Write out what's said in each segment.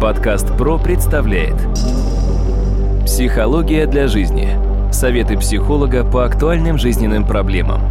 Подкаст ПРО представляет «Психология для жизни». Советы психолога по актуальным жизненным проблемам.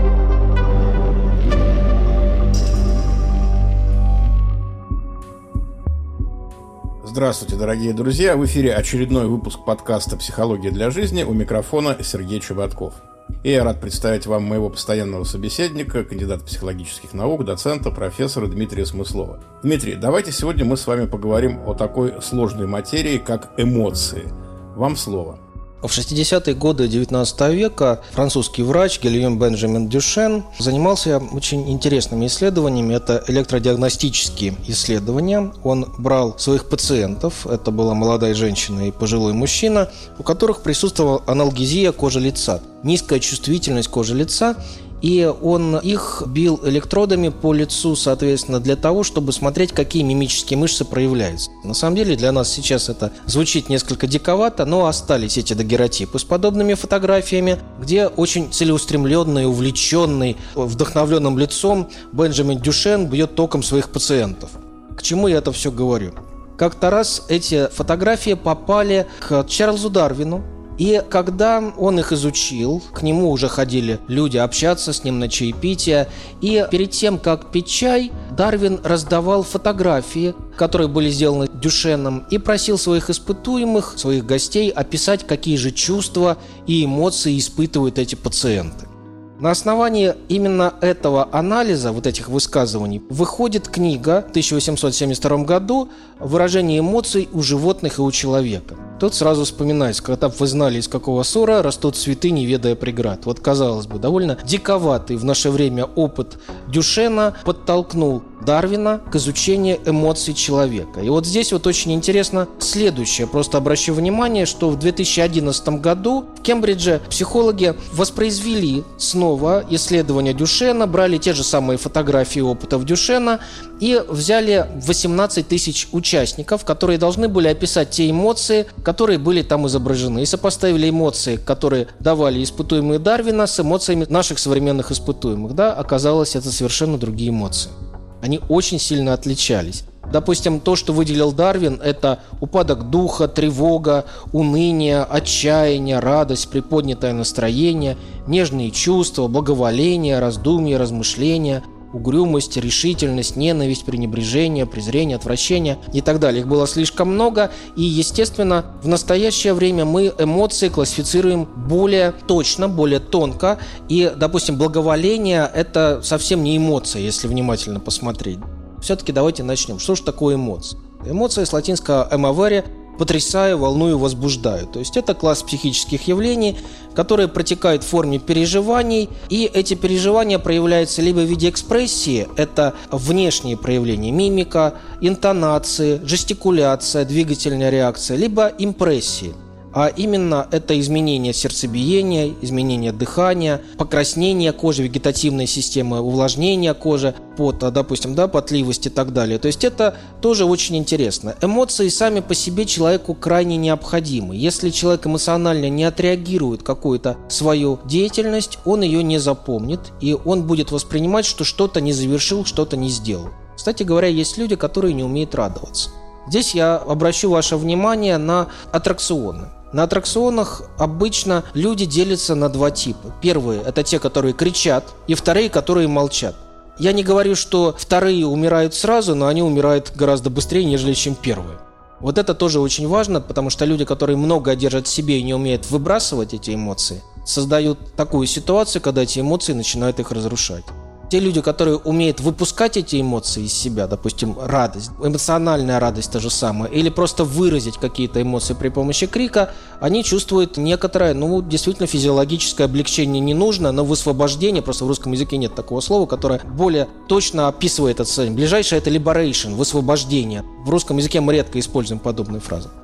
Здравствуйте, дорогие друзья! В эфире очередной выпуск подкаста «Психология для жизни». У микрофона Сергей Чеботков. И я рад представить вам моего постоянного собеседника, кандидата психологических наук, доцента, профессора Дмитрия Смыслова. Дмитрий, давайте сегодня мы с вами поговорим о такой сложной материи, как эмоции. Вам слово. В 60-е годы XIX века французский врач Гильем Бенджамин Дюшен занимался очень интересными исследованиями. Это электродиагностические исследования. Он брал своих пациентов, это была молодая женщина и пожилой мужчина, у которых присутствовала аналгезия кожи лица, низкая чувствительность кожи лица, и он их бил электродами по лицу, соответственно, для того, чтобы смотреть, какие мимические мышцы проявляются. На самом деле для нас сейчас это звучит несколько диковато, но остались эти дагеротипы с подобными фотографиями, где очень целеустремленный, увлеченный, вдохновленным лицом Бенджамин Дюшен бьет током своих пациентов. К чему я это все говорю? Как-то раз эти фотографии попали к Чарльзу Дарвину, и когда он их изучил, к нему уже ходили люди общаться с ним на чаепитие. И перед тем, как пить чай, Дарвин раздавал фотографии, которые были сделаны Дюшеном, и просил своих испытуемых, своих гостей описать, какие же чувства и эмоции испытывают эти пациенты. На основании именно этого анализа, вот этих высказываний, выходит книга в 1872 году «Выражение эмоций у животных и у человека». Тут сразу вспоминается, когда вы знали, из какого ссора растут цветы, не ведая преград. Вот, казалось бы, довольно диковатый в наше время опыт Дюшена подтолкнул Дарвина к изучению эмоций человека. И вот здесь вот очень интересно следующее. Просто обращу внимание, что в 2011 году в Кембридже психологи воспроизвели снова исследования Дюшена, брали те же самые фотографии опытов Дюшена и взяли 18 тысяч участников, которые должны были описать те эмоции, которые были там изображены, и сопоставили эмоции, которые давали испытуемые Дарвина, с эмоциями наших современных испытуемых. Да, оказалось, это совершенно другие эмоции. Они очень сильно отличались. Допустим, то, что выделил Дарвин, это упадок духа, тревога, уныние, отчаяние, радость, приподнятое настроение, нежные чувства, благоволение, раздумья, размышления, угрюмость, решительность, ненависть, пренебрежение, презрение, отвращение и так далее. Их было слишком много, и, естественно, в настоящее время мы эмоции классифицируем более точно, более тонко, и, допустим, благоволение – это совсем не эмоция, если внимательно посмотреть. Все-таки давайте начнем. Что же такое эмоции? Эмоции с латинского «эмовere» – потрясаю, волную, возбуждаю. То есть это класс психических явлений, которые протекают в форме переживаний, и эти переживания проявляются либо в виде экспрессии, это внешние проявления, мимика, интонации, жестикуляция, двигательная реакция, либо импрессии. А именно это изменение сердцебиения, изменение дыхания, покраснение кожи, вегетативной системы, увлажнение кожи, пота, допустим, да, потливость и так далее. То есть это тоже очень интересно. Эмоции сами по себе человеку крайне необходимы. Если человек эмоционально не отреагирует какую-то свою деятельность, он ее не запомнит, и он будет воспринимать, что что-то не завершил, что-то не сделал. Кстати говоря, есть люди, которые не умеют радоваться. Здесь я обращу ваше внимание на аттракционы. На аттракционах обычно люди делятся на два типа. Первые – это те, которые кричат, и вторые, которые молчат. Я не говорю, что вторые умирают сразу, но они умирают гораздо быстрее, нежели чем первые. Вот это тоже очень важно, потому что люди, которые много держат в себе и не умеют выбрасывать эти эмоции, создают такую ситуацию, когда эти эмоции начинают их разрушать. Те люди, которые умеют выпускать эти эмоции из себя, допустим, радость, эмоциональная радость та же самая, или просто выразить какие-то эмоции при помощи крика, они чувствуют некоторое, действительно физиологическое облегчение не нужно, но высвобождение, просто в русском языке нет такого слова, которое более точно описывает это состояние. Ближайшее – это liberation, высвобождение. В русском языке мы редко используем подобные фразы.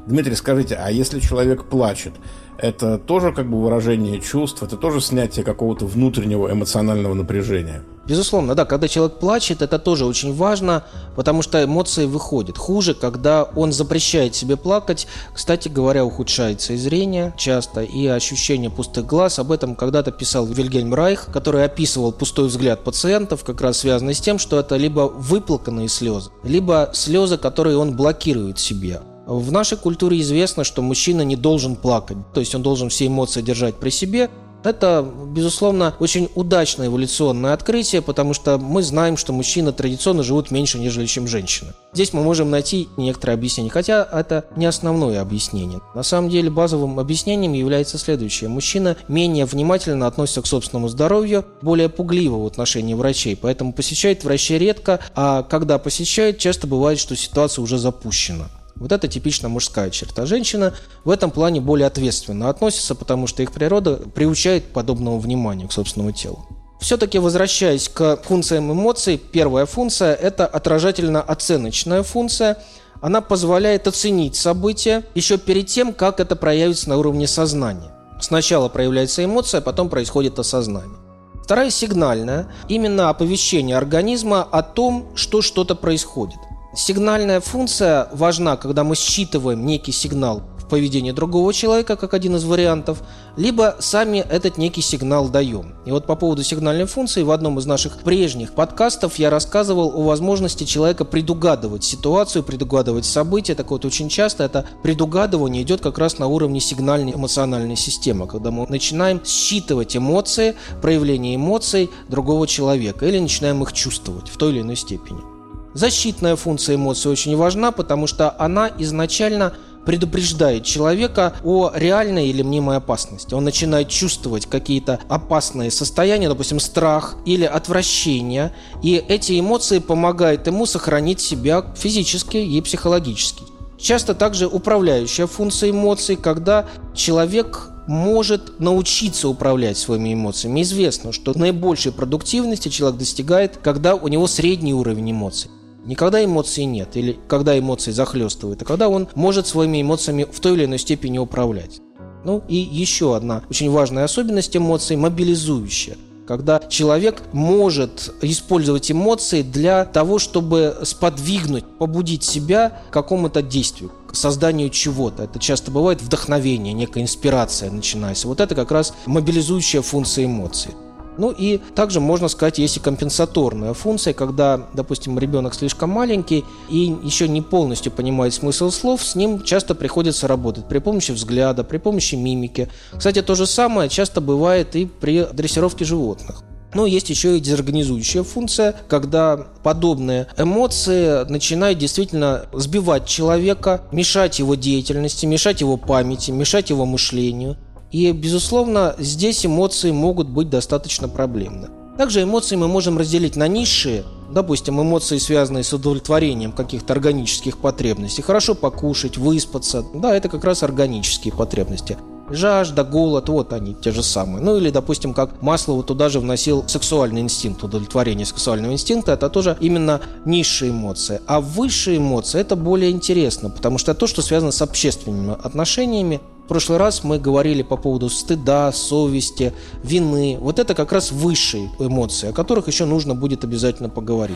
Дмитрий, скажите, а если человек плачет, это тоже как бы выражение чувств, это тоже снятие какого-то внутреннего эмоционального напряжения? Безусловно, да, когда человек плачет, это тоже очень важно, потому что эмоции выходят. Хуже, когда он запрещает себе плакать. Кстати говоря, ухудшается и зрение часто, и ощущение пустых глаз. Об этом когда-то писал Вильгельм Райх, который описывал пустой взгляд пациентов, как раз связанный с тем, что это либо выплаканные слезы, либо слезы, которые он блокирует в себе. В нашей культуре известно, что мужчина не должен плакать, то есть он должен все эмоции держать при себе. Это, безусловно, очень удачное эволюционное открытие, потому что мы знаем, что мужчины традиционно живут меньше, нежели чем женщины. Здесь мы можем найти некоторые объяснения, хотя это не основное объяснение. На самом деле базовым объяснением является следующее. Мужчина менее внимательно относится к собственному здоровью, более пугливо в отношении врачей, поэтому посещает врачей редко, а когда посещает, часто бывает, что ситуация уже запущена. Вот это типично мужская черта. Женщина в этом плане более ответственно относится, потому что их природа приучает к подобному вниманию к собственному телу. Все-таки возвращаясь к функциям эмоций, первая функция – это отражательно-оценочная функция. Она позволяет оценить события еще перед тем, как это проявится на уровне сознания. Сначала проявляется эмоция, потом происходит осознание. Вторая – сигнальная, именно оповещение организма о том, что что-то происходит. Сигнальная функция важна, когда мы считываем некий сигнал в поведении другого человека, как один из вариантов, либо сами этот некий сигнал даем. И вот по поводу сигнальной функции в одном из наших прежних подкастов я рассказывал о возможности человека предугадывать ситуацию, предугадывать события. Так вот, очень часто это предугадывание идет как раз на уровне сигнальной эмоциональной системы, когда мы начинаем считывать эмоции, проявление эмоций другого человека или начинаем их чувствовать в той или иной степени. Защитная функция эмоций очень важна, потому что она изначально предупреждает человека о реальной или мнимой опасности. Он начинает чувствовать какие-то опасные состояния, допустим, страх или отвращение, и эти эмоции помогают ему сохранить себя физически и психологически. Часто также управляющая функция эмоций, когда человек может научиться управлять своими эмоциями. Известно, что наибольшей продуктивности человек достигает, когда у него средний уровень эмоций. Не когда эмоций нет или когда эмоции захлестывают, а когда он может своими эмоциями в той или иной степени управлять. Ну и еще одна очень важная особенность эмоций – мобилизующая. Когда человек может использовать эмоции для того, чтобы сподвигнуть, побудить себя к какому-то действию, к созданию чего-то. Это часто бывает вдохновение, некая инспирация начинается. Вот это как раз мобилизующая функция эмоций. Ну и также можно сказать, есть и компенсаторная функция, когда, допустим, ребенок слишком маленький и еще не полностью понимает смысл слов, с ним часто приходится работать при помощи взгляда, при помощи мимики. Кстати, то же самое часто бывает и при дрессировке животных. Но есть еще и дезорганизующая функция, когда подобные эмоции начинают действительно сбивать человека, мешать его деятельности, мешать его памяти, мешать его мышлению. И, безусловно, здесь эмоции могут быть достаточно проблемны. Также эмоции мы можем разделить на низшие, допустим, эмоции, связанные с удовлетворением каких-то органических потребностей. Хорошо покушать, выспаться. Да, это как раз органические потребности. Жажда, голод, вот они те же самые. Ну или, допустим, как Маслоу туда же вносил сексуальный инстинкт, удовлетворение сексуального инстинкта, это тоже именно низшие эмоции. А высшие эмоции – это более интересно, потому что это то, что связано с общественными отношениями. В прошлый раз мы говорили по поводу стыда, совести, вины. Вот это как раз высшие эмоции, о которых еще нужно будет обязательно поговорить.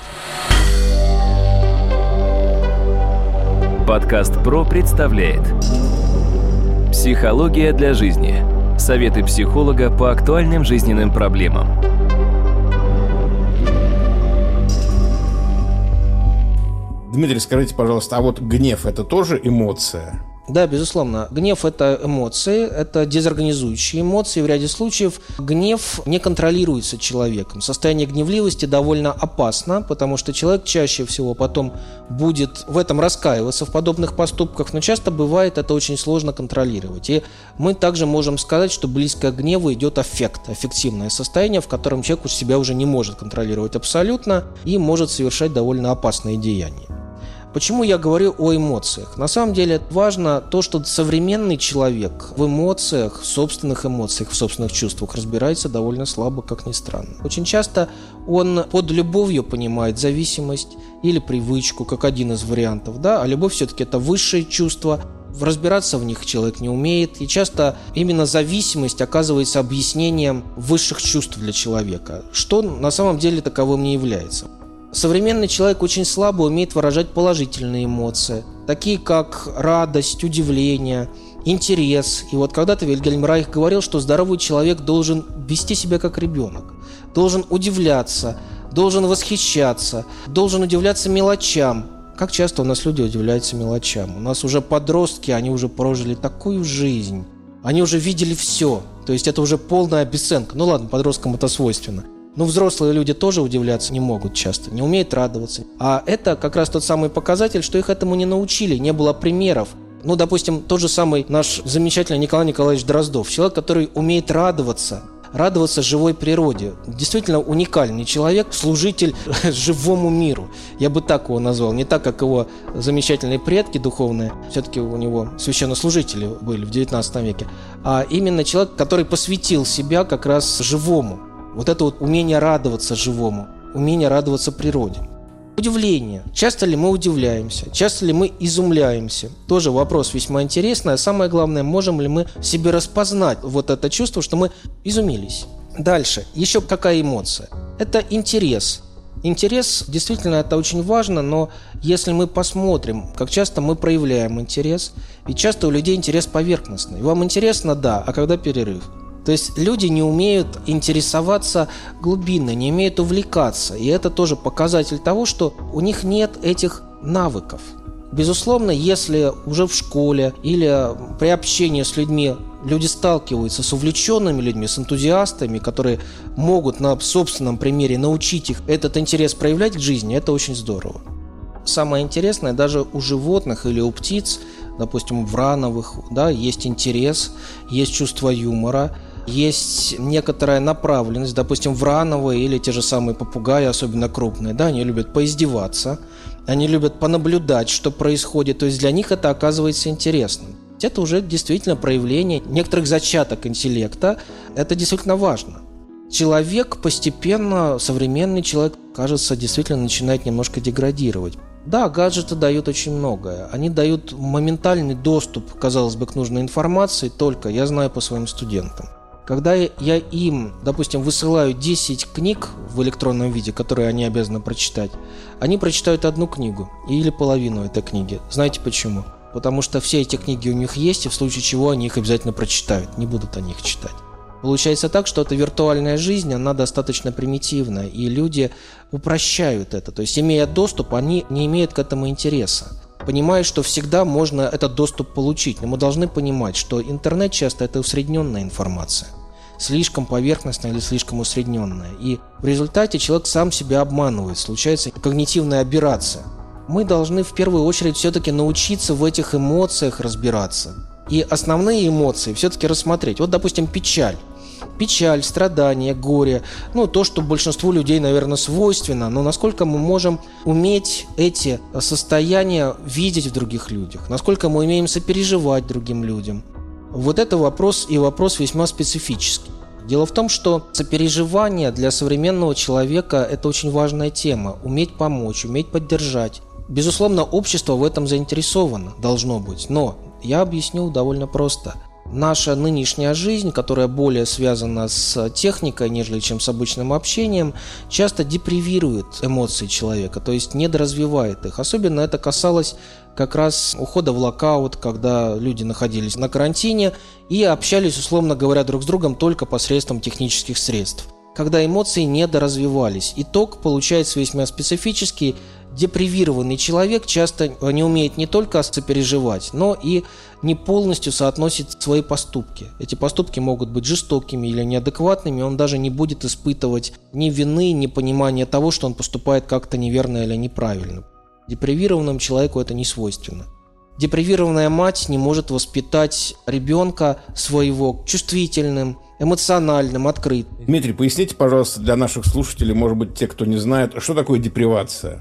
Подкаст «Про» представляет «Психология для жизни». Советы психолога по актуальным жизненным проблемам. Дмитрий, скажите, пожалуйста, а вот гнев – это тоже эмоция? Да, безусловно. Гнев – это эмоции, это дезорганизующие эмоции. В ряде случаев гнев не контролируется человеком. Состояние гневливости довольно опасно, потому что человек чаще всего потом будет в этом раскаиваться, в подобных поступках, но часто бывает это очень сложно контролировать. И мы также можем сказать, что близко к гневу идет аффект, аффективное состояние, в котором человек себя уже не может контролировать абсолютно и может совершать довольно опасные деяния. Почему я говорю о эмоциях? На самом деле важно то, что современный человек в эмоциях, в собственных чувствах разбирается довольно слабо, как ни странно. Очень часто он под любовью понимает зависимость или привычку, как один из вариантов, да? А любовь все-таки это высшее чувство. разбираться в них человек не умеет, и часто именно зависимость оказывается объяснением высших чувств для человека, что на самом деле таковым не является. Современный человек очень слабо умеет выражать положительные эмоции, такие как радость, удивление, интерес. И вот когда-то Вильгельм Райх говорил, что здоровый человек должен вести себя как ребенок, должен удивляться, должен восхищаться, должен удивляться мелочам. Как часто у нас люди удивляются мелочам? У нас уже подростки, они уже прожили такую жизнь, они уже видели все. То есть это уже полная обесценка. Ну ладно, подросткам это свойственно. Но взрослые люди тоже удивляться не могут часто, не умеют радоваться. А это как раз тот самый показатель, что их этому не научили, не было примеров. Ну, допустим, тот же самый наш замечательный Николай Николаевич Дроздов, человек, который умеет радоваться живой природе. Действительно уникальный человек, служитель живому миру. Я бы так его назвал. Не так, как его замечательные предки духовные, все-таки у него священнослужители были в XIX веке, а именно человек, который посвятил себя как раз живому. Вот это вот умение радоваться живому, умение радоваться природе. Удивление. Часто ли мы удивляемся? Часто ли мы изумляемся? Тоже вопрос весьма интересный. А самое главное, можем ли мы в себе распознать вот это чувство, что мы изумились? Дальше. Еще какая эмоция? Это интерес. Интерес, действительно, это очень важно, но если мы посмотрим, как часто мы проявляем интерес, ведь часто у людей интерес поверхностный. Вам интересно? Да. А когда перерыв? То есть люди не умеют интересоваться глубинно, не умеют увлекаться. И это тоже показатель того, что у них нет этих навыков. Безусловно, если уже в школе или при общении с людьми люди сталкиваются с увлеченными людьми, с энтузиастами, которые могут на собственном примере научить их этот интерес проявлять к жизни, это очень здорово. Самое интересное, даже у животных или у птиц, допустим, врановых, да, есть интерес, есть чувство юмора, есть некоторая направленность, допустим, врановые или те же самые попугаи, особенно крупные, да, они любят поиздеваться, они любят понаблюдать, что происходит, то есть для них это оказывается интересным. Это уже действительно проявление некоторых зачаток интеллекта, это действительно важно. Человек постепенно, современный человек, кажется, действительно начинает немножко деградировать. Да, гаджеты дают очень многое. Они дают моментальный доступ, казалось бы, к нужной информации, только я знаю по своим студентам. Когда я им, допустим, высылаю 10 книг в электронном виде, которые они обязаны прочитать, они прочитают одну книгу или половину этой книги. Знаете почему? Потому что все эти книги у них есть, и в случае чего они их обязательно прочитают, не будут они их читать. Получается так, что эта виртуальная жизнь, она достаточно примитивная, и люди упрощают это. То есть, имея доступ, они не имеют к этому интереса. Понимая, что всегда можно этот доступ получить. Но мы должны понимать, что интернет часто это усредненная информация. Слишком поверхностная или слишком усредненная. И в результате человек сам себя обманывает. Случается когнитивная аберрация. Мы должны в первую очередь все-таки научиться в этих эмоциях разбираться. И основные эмоции все-таки рассмотреть. Вот, допустим, печаль. Печаль, страдания, горе, то, что большинству людей, наверное, свойственно, но насколько мы можем уметь эти состояния видеть в других людях, насколько мы умеем сопереживать другим людям. Вот это вопрос, и вопрос весьма специфический. Дело в том, что сопереживание для современного человека – это очень важная тема. Уметь помочь, уметь поддержать. Безусловно, общество в этом заинтересовано, должно быть, но я объясню довольно просто. Наша нынешняя жизнь, которая более связана с техникой, нежели чем с обычным общением, часто депривирует эмоции человека, то есть недоразвивает их. Особенно это касалось как раз ухода в локаут, когда люди находились на карантине и общались, условно говоря, друг с другом только посредством технических средств. Когда эмоции недоразвивались. Итог получается весьма специфический. Депривированный человек часто не умеет не только сопереживать, но и не полностью соотносит свои поступки. Эти поступки могут быть жестокими или неадекватными, он даже не будет испытывать ни вины, ни понимания того, что он поступает как-то неверно или неправильно. Депривированному человеку это не свойственно. Депривированная мать не может воспитать ребенка своего чувствительным, эмоциональным, открытым. Дмитрий, поясните, пожалуйста, для наших слушателей, может быть, те, кто не знает, что такое депривация?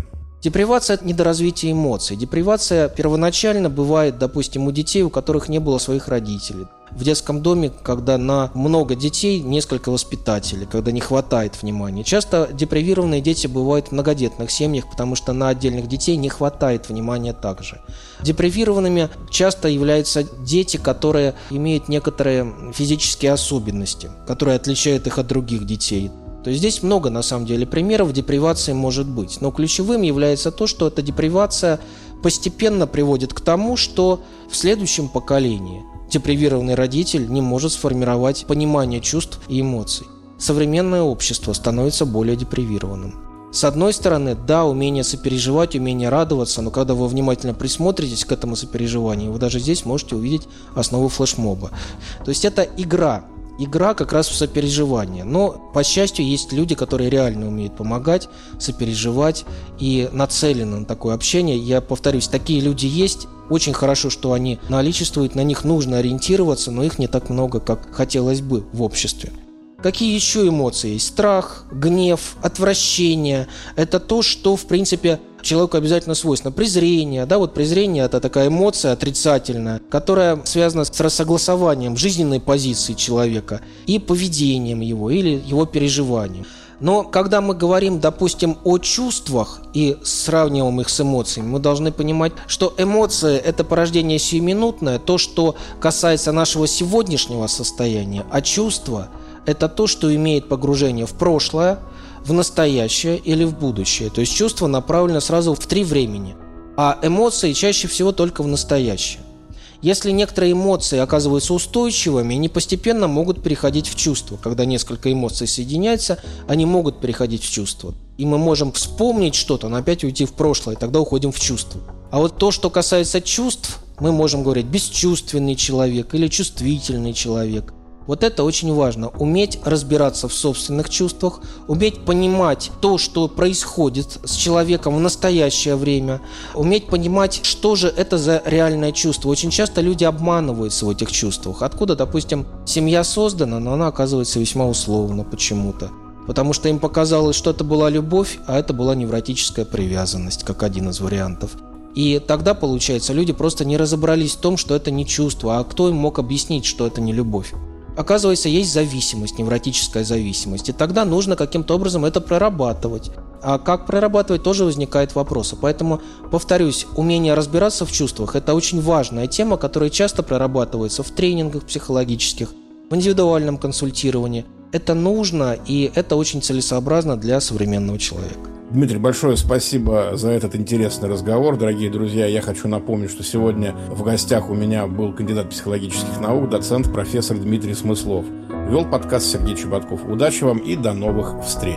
Депривация – это недоразвитие эмоций. Депривация первоначально бывает, допустим, у детей, у которых не было своих родителей. В детском доме, когда на много детей, несколько воспитателей, когда не хватает внимания. Часто депривированные дети бывают в многодетных семьях, потому что на отдельных детей не хватает внимания также. Депривированными часто являются дети, которые имеют некоторые физические особенности, которые отличают их от других детей. То есть здесь много, на самом деле, примеров депривации может быть. Но ключевым является то, что эта депривация постепенно приводит к тому, что в следующем поколении депривированный родитель не может сформировать понимание чувств и эмоций. Современное общество становится более депривированным. С одной стороны, да, умение сопереживать, умение радоваться, но когда вы внимательно присмотритесь к этому сопереживанию, вы даже здесь можете увидеть основу флешмоба. То есть это игра. Игра как раз в сопереживание. Но, по счастью, есть люди, которые реально умеют помогать, сопереживать и нацелены на такое общение. Я повторюсь, такие люди есть. Очень хорошо, что они наличествуют, на них нужно ориентироваться, но их не так много, как хотелось бы в обществе. Какие еще эмоции есть? Страх, гнев, отвращение. Это то, что, в принципе, человеку обязательно свойственно. Презрение. Да, вот презрение – это такая эмоция отрицательная, которая связана с рассогласованием жизненной позиции человека и поведением его или его переживанием. Но когда мы говорим, допустим, о чувствах и сравниваем их с эмоциями, мы должны понимать, что эмоции – это порождение сиюминутное, то, что касается нашего сегодняшнего состояния, а чувства – это то, что имеет погружение в прошлое, в настоящее или в будущее. То есть чувство направлено сразу в 3 времени, а эмоции чаще всего только в настоящее. Если некоторые эмоции оказываются устойчивыми, они постепенно могут переходить в чувства. Когда несколько эмоций соединяются, они могут переходить в чувства. И мы можем вспомнить что-то, но опять уйти в прошлое, и тогда уходим в чувства. А вот то, что касается чувств, мы можем говорить бесчувственный человек или чувствительный человек. Вот это очень важно. Уметь разбираться в собственных чувствах, уметь понимать то, что происходит с человеком в настоящее время, уметь понимать, что же это за реальное чувство. Очень часто люди обманываются в этих чувствах. Откуда, допустим, семья создана, но она оказывается весьма условно почему-то. Потому что им показалось, что это была любовь, а это была невротическая привязанность, как один из вариантов. И тогда, получается, люди просто не разобрались в том, что это не чувство, а кто им мог объяснить, что это не любовь. Оказывается, есть зависимость, невротическая зависимость, и тогда нужно каким-то образом это прорабатывать. А как прорабатывать, тоже возникает вопрос. Поэтому, повторюсь, умение разбираться в чувствах – это очень важная тема, которая часто прорабатывается в тренингах психологических, в индивидуальном консультировании. Это нужно, и это очень целесообразно для современного человека. Дмитрий, большое спасибо за этот интересный разговор. Дорогие друзья, я хочу напомнить, что сегодня в гостях у меня был кандидат психологических наук, доцент, профессор Дмитрий Смыслов. Вел подкаст Сергей Чеботков. Удачи вам и до новых встреч.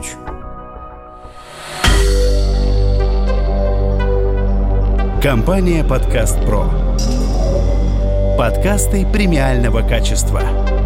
Компания «Подкаст Про». Подкасты премиального качества.